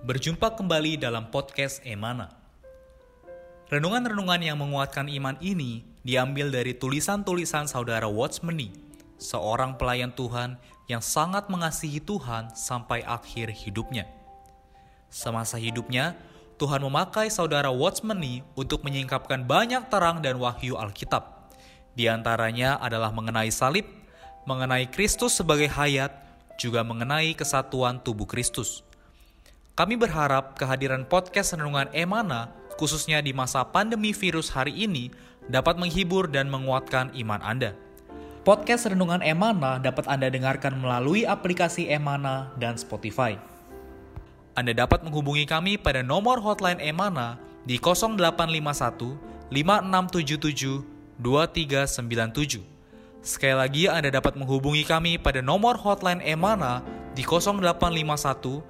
Berjumpa kembali dalam podcast Emana. Renungan-renungan yang menguatkan iman ini diambil dari tulisan-tulisan saudara Watchmeni, seorang pelayan Tuhan yang sangat mengasihi Tuhan sampai akhir hidupnya. Semasa hidupnya, Tuhan memakai saudara Watchmeni untuk menyingkapkan banyak terang dan wahyu Alkitab. Di antaranya adalah mengenai salib, mengenai Kristus sebagai hayat, juga mengenai kesatuan tubuh Kristus. Kami berharap kehadiran podcast Renungan Emana, khususnya di masa pandemi virus hari ini, dapat menghibur dan menguatkan iman Anda. Podcast Renungan Emana dapat Anda dengarkan melalui aplikasi Emana dan Spotify. Anda dapat menghubungi kami pada nomor hotline Emana di 0851 5677 2397. Sekali lagi Anda dapat menghubungi kami pada nomor hotline Emana di 0851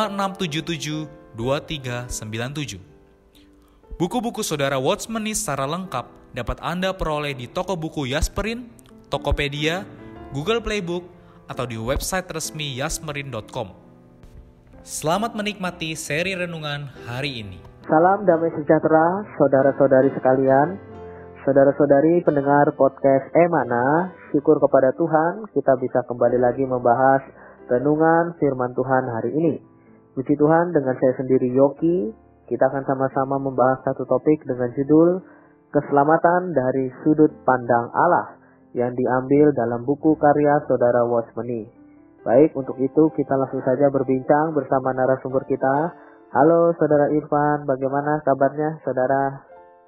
5677 2397. Buku-buku saudara Watchmeni secara lengkap dapat Anda peroleh di toko buku Yasmerin, Tokopedia, Google Playbook, atau di website resmi yasmerin.com. Selamat menikmati seri renungan hari ini. Salam damai sejahtera saudara-saudari sekalian, saudara-saudari pendengar podcast Emana. Syukur kepada Tuhan kita bisa kembali lagi membahas renungan firman Tuhan hari ini. Puji Tuhan, dengan saya sendiri Yoki, kita akan sama-sama membahas satu topik dengan judul Keselamatan dari Sudut Pandang Allah yang diambil dalam buku karya saudara Watchmeni. Baik, untuk itu kita langsung saja berbincang bersama narasumber kita. Halo saudara Irfan, bagaimana kabarnya saudara?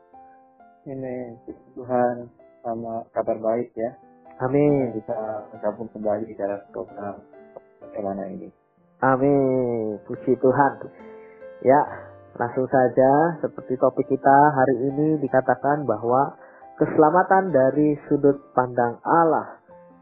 Ini Tuhan sama kabar baik ya. Amin. Bisa bergabung kembali dalam program Emana ini. Amin, puji Tuhan. Ya, langsung saja seperti topik kita hari ini dikatakan bahwa keselamatan dari sudut pandang Allah.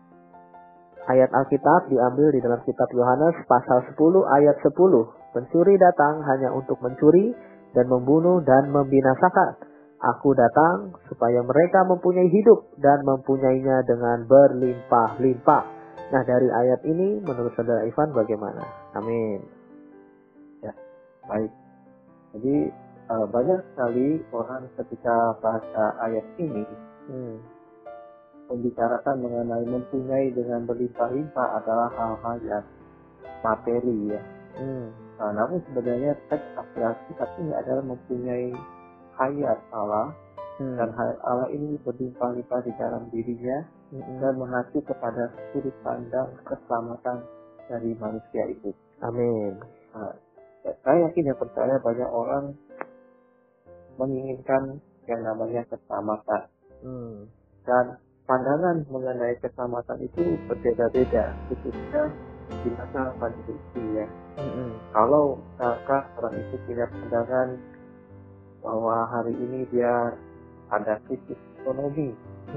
Ayat Alkitab diambil di dalam kitab Yohanes pasal 10 ayat 10. Pencuri datang hanya untuk mencuri dan membunuh dan membinasakan. Aku datang supaya mereka mempunyai hidup dan mempunyainya dengan berlimpah-limpah. Nah, dari ayat ini menurut saudara Ivan bagaimana? Amin. Ya, baik. Jadi banyak sekali orang ketika baca ayat ini membicarakan mengenai mempunyai dengan berlimpah-limpah adalah hal-hal yang materi ya. Nah, namun sebenarnya teks asli Alkitab ini adalah mempunyai hayat Allah. Dan hayat Allah ini berlimpah-limpah di dalam dirinya dan mengacu kepada sudut pandang keselamatan dari manusia itu. Amin. Nah, saya yakin dan percaya banyak orang menginginkan yang namanya keselamatan. Dan pandangan mengenai keselamatan itu berbeda-beda, khususnya di masa pandemi ini ya. Kalau misalkan orang itu punya pandangan bahwa hari ini dia ada krisis ekonomi,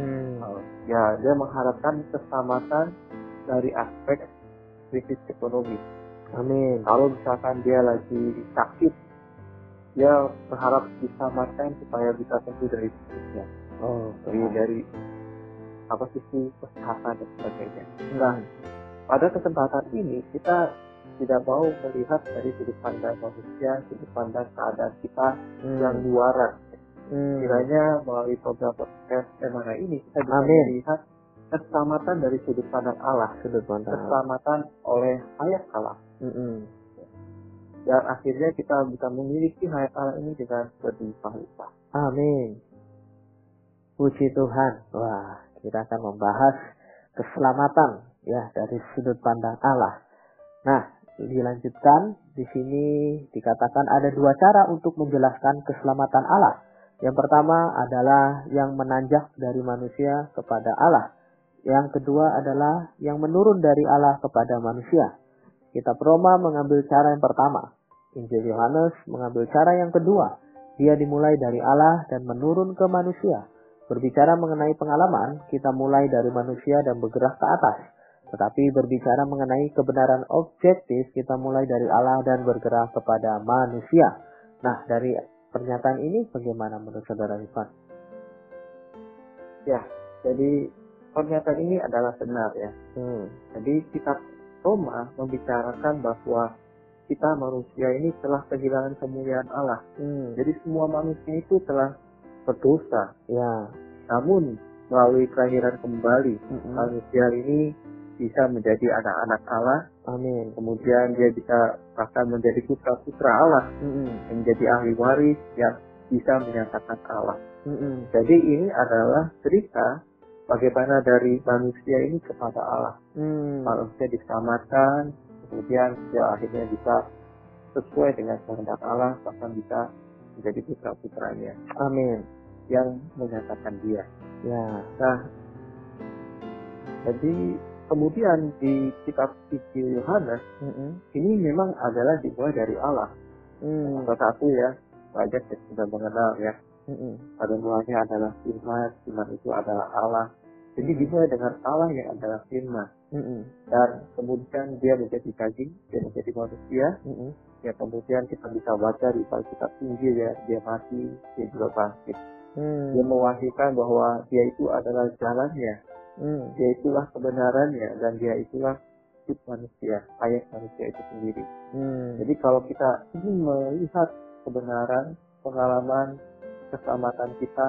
ya dia mengharapkan keselamatan dari aspek krisis ekonomi. Amin. Kalau misalkan dia lagi sakit, dia berharap diselamatkan supaya bisa sembuh dari sakitnya. Dari sisi kesehatan dan sebagainya. Nah, pada kesempatan ini kita tidak mau melihat dari sudut pandang manusia, sudut pandang keadaan kita yang luaran. Kiranya melalui program podcast Emana ini kita bisa melihat keselamatan dari sudut pandang Allah, keselamatan oleh hayat Allah. Dan akhirnya kita bisa memiliki hayat Allah ini dengan berlimpah-limpah. Amin. Puji Tuhan. Wah, kita akan membahas keselamatan ya dari sudut pandang Allah. Nah, dilanjutkan di sini dikatakan ada dua cara untuk menjelaskan keselamatan Allah. Yang pertama adalah yang menanjak dari manusia kepada Allah. Yang kedua adalah yang menurun dari Allah kepada manusia. Kitab Roma mengambil cara yang pertama. Injil Yohanes mengambil cara yang kedua. Dia dimulai dari Allah dan menurun ke manusia. Berbicara mengenai pengalaman, kita mulai dari manusia dan bergerak ke atas. Tetapi berbicara mengenai kebenaran objektif, kita mulai dari Allah dan bergerak kepada manusia. Nah, dari pernyataan ini bagaimana menurut saudara Ivan? Ya, jadi pernyataan ini adalah benar ya. Jadi kitab Roma membicarakan bahwa kita manusia ini telah kehilangan kemuliaan Allah. Jadi semua manusia itu telah berdosa. Ya. Namun melalui kelahiran kembali, manusia ini bisa menjadi anak-anak Allah. Amin. Kemudian dia bisa bahkan menjadi putra-putra Allah, yang menjadi ahli waris yang bisa menyatakan Allah. Jadi ini adalah cerita bagaimana dari manusia ini kepada Allah. Manusia diselamatkan, kemudian dia akhirnya bisa sesuai dengan kehendak Allah, bahkan bisa menjadi putra-putranya. Amin. Yang menyatakan dia. Ya. Nah, jadi kemudian di kitab Injil Yohanes ini memang adalah dimulai dari Allah. Salah satu ya, banyak yang sudah mengenal ya. Pada mulanya adalah Firman, Firman itu adalah Allah. Jadi dimulai dengan Allah yang adalah Firman. Dan kemudian dia menjadi daging, dia menjadi manusia. Ya kemudian kita bisa baca di kitab Injil ya, dia mati, dia juga bangkit. Dia mewahyukan bahwa dia itu adalah jalannya, dia itulah kebenarannya, dan dia itulah hidup manusia, ayat manusia itu sendiri. Jadi kalau kita ingin melihat kebenaran, pengalaman, keselamatan kita,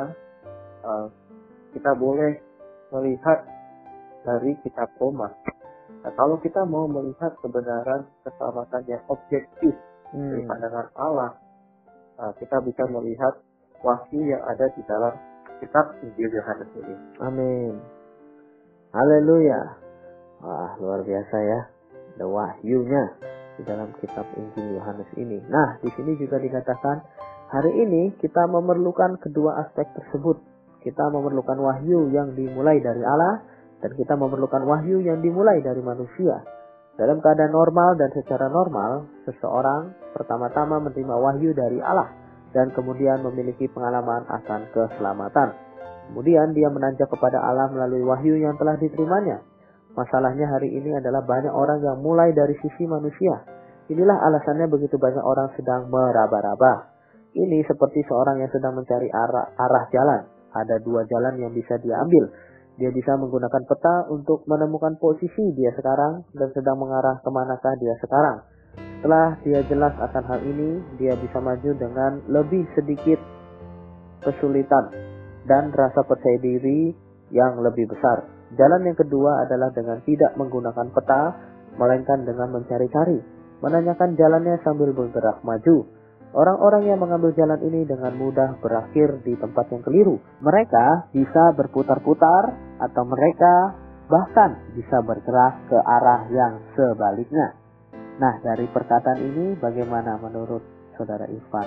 kita boleh melihat dari kitab Roma. Nah, kalau kita mau melihat kebenaran, keselamatan yang objektif dari pandangan Allah, kita bisa melihat wahyu yang ada di dalam kitab Injil Yohanes ini. Amin. Haleluya. Wah, luar biasa ya. Ada wahyunya di dalam kitab Injil Yohanes ini. Nah, di sini juga dikatakan hari ini kita memerlukan kedua aspek tersebut. Kita memerlukan wahyu yang dimulai dari Allah dan kita memerlukan wahyu yang dimulai dari manusia. Dalam keadaan normal dan secara normal, seseorang pertama-tama menerima wahyu dari Allah dan kemudian memiliki pengalaman akan keselamatan. Kemudian dia menanjak kepada Allah melalui wahyu yang telah diterimanya. Masalahnya hari ini adalah banyak orang yang mulai dari sisi manusia. Inilah alasannya begitu banyak orang sedang meraba-raba. Ini seperti seorang yang sedang mencari arah jalan. Ada dua jalan yang bisa dia ambil. Dia bisa menggunakan peta untuk menemukan posisi dia sekarang dan sedang mengarah kemanakah dia sekarang. Setelah dia jelas akan hal ini, dia bisa maju dengan lebih sedikit kesulitan dan rasa percaya diri yang lebih besar. Jalan yang kedua adalah dengan tidak menggunakan peta, melainkan dengan mencari-cari, menanyakan jalannya sambil bergerak maju. Orang-orang yang mengambil jalan ini dengan mudah berakhir di tempat yang keliru. Mereka bisa berputar-putar atau mereka bahkan bisa bergerak ke arah yang sebaliknya. Nah, dari perkataan ini bagaimana menurut Saudara Irfan?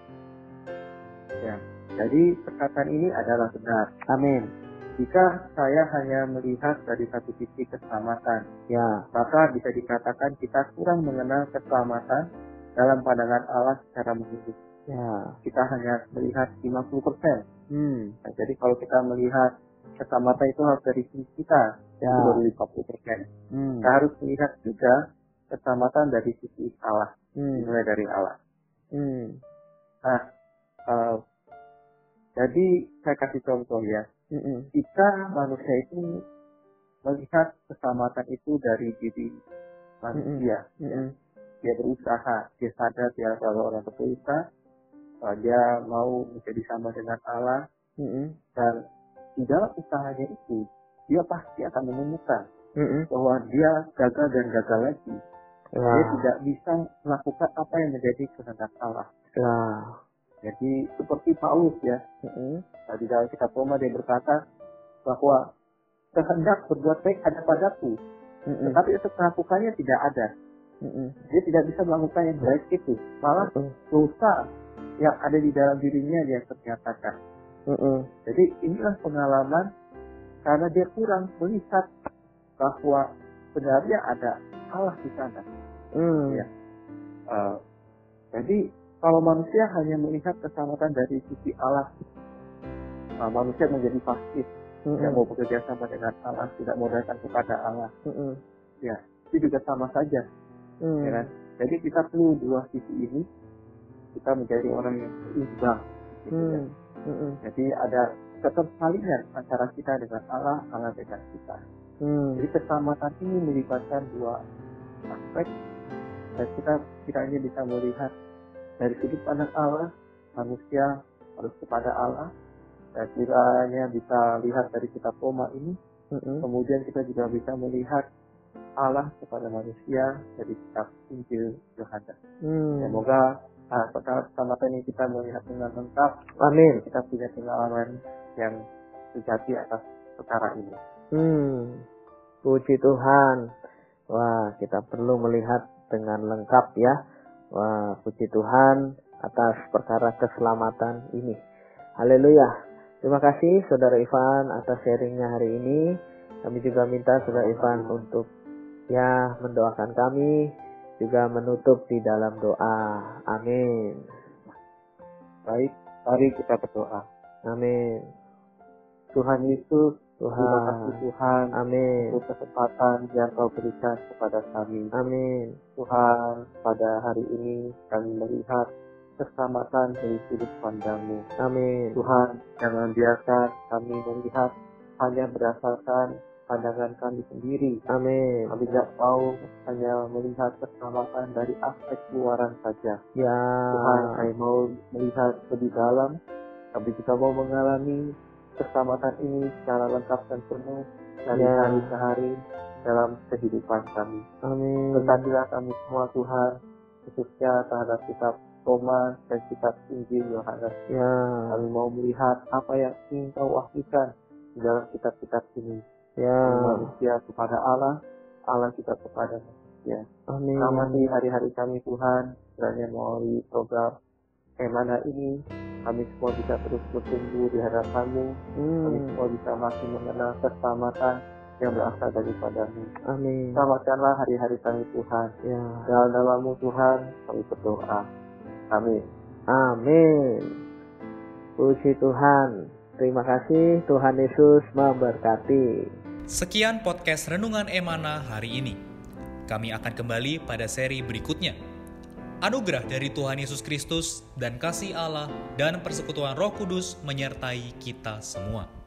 Ya, jadi perkataan ini adalah benar. Amin. Jika saya hanya melihat dari satu sisi keselamatan, Ya, maka bisa dikatakan kita kurang mengenal keselamatan dalam pandangan Allah secara menyeluruh. ya. Kita hanya melihat 50%. Nah, jadi kalau kita melihat keselamatan itu harus dari sisi kita, Ya. itu baru 50%. Kita harus melihat juga keselamatan dari sisi Allah, dimulai dari Allah. Nah, jadi saya kasih contoh ya. Kita manusia itu melihat keselamatan itu dari diri manusia. Ya. Dia berusaha, dia sadar dia adalah orang berdosa, dia mau menjadi sama dengan Allah, dan di dalam usahanya itu dia pasti akan menemukan bahwa dia gagal dan gagal lagi. Dia tidak bisa melakukan apa yang menjadi kehendak Allah. Jadi seperti Paulus ya, di dalam kitab Roma dia berkata bahwa kehendak berbuat baik ada padaku, tetapi untuk melakukannya tidak ada. Dia tidak bisa melakukan yang baik itu, malah dosa yang ada di dalam dirinya dia ternyatakan. Jadi inilah pengalaman karena dia kurang melihat bahwa sebenarnya ada Allah di sana. Ya. Jadi kalau manusia hanya melihat keselamatan dari sisi Allah, manusia menjadi pasif, tidak mau bekerja sama dengan Allah, tidak mau datang kepada Allah. Ya, itu juga sama saja. Ya kan? Jadi kita perlu dua sisi ini, kita menjadi orang yang seimbang. Gitu, ya. Jadi ada ketersalingan antara kita dengan Allah, Allah dengan kita. Jadi keselamatan ini melibatkan dua aspek, Dan kita kiranya bisa melihat dari sudut pandang Allah, manusia harus kepada Allah. Dan kiranya bisa lihat dari kitab Roma ini. Kemudian kita juga bisa melihat Allah kepada manusia dari kitab Injil Yohanes. Semoga kesempatan ini kita melihat dengan lengkap. Amin. Kita punya pengalaman yang sejati atas perkara ini. Puji Tuhan. Wah, kita perlu melihat dengan lengkap ya. Wah, puji Tuhan atas perkara keselamatan ini. Haleluya. Terima kasih Saudara Ivan atas sharingnya hari ini. Kami juga minta Saudara Ivan untuk ya mendoakan kami, juga menutup di dalam doa. Amin. Baik, mari kita berdoa. Amin. Tuhan Yesus, Tuhan. terima kasih Tuhan. Amin. Untuk kesempatan yang Kau berikan kepada kami. Amin. Tuhan, pada hari ini kami melihat keselamatan dari sudut pandang-Mu. Amin. Tuhan, jangan biarkan kami melihat hanya berdasarkan pandangan kami sendiri. Amin. Kami tidak mau hanya melihat keselamatan dari aspek luaran saja. Ya. Tuhan, kami mau melihat lebih dalam. Kami juga mau mengalami keselamatan ini secara lengkap dan penuh dari hari ke hari dalam kehidupan kami. Amin. Berkatilah kami semua Tuhan, khususnya terhadap kitab Roma dan kitab Injil Yohanes. Ya. Kami mau melihat apa yang ingin Kau wahyu di dalam kitab-kitab ini. Ya. Manusia kepada Allah, Allah kita kepada manusia. Amin. Ramati hari-hari kami Tuhan, kiranya melalui program Emana ini, kami semua bisa terus bertumbuh di hadapan-Mu. Kami semua bisa makin mengenal keselamatan yang berasal daripada-Mu. Amin. Selamatkanlah hari-hari kami Tuhan. Ya. Dalam nama-Mu Tuhan, kami berdoa. Amin. Amin. Puji Tuhan. Terima kasih. Tuhan Yesus memberkati. Sekian podcast Renungan Emana hari ini. Kami akan kembali pada seri berikutnya. Anugerah dari Tuhan Yesus Kristus dan kasih Allah dan persekutuan Roh Kudus menyertai kita semua.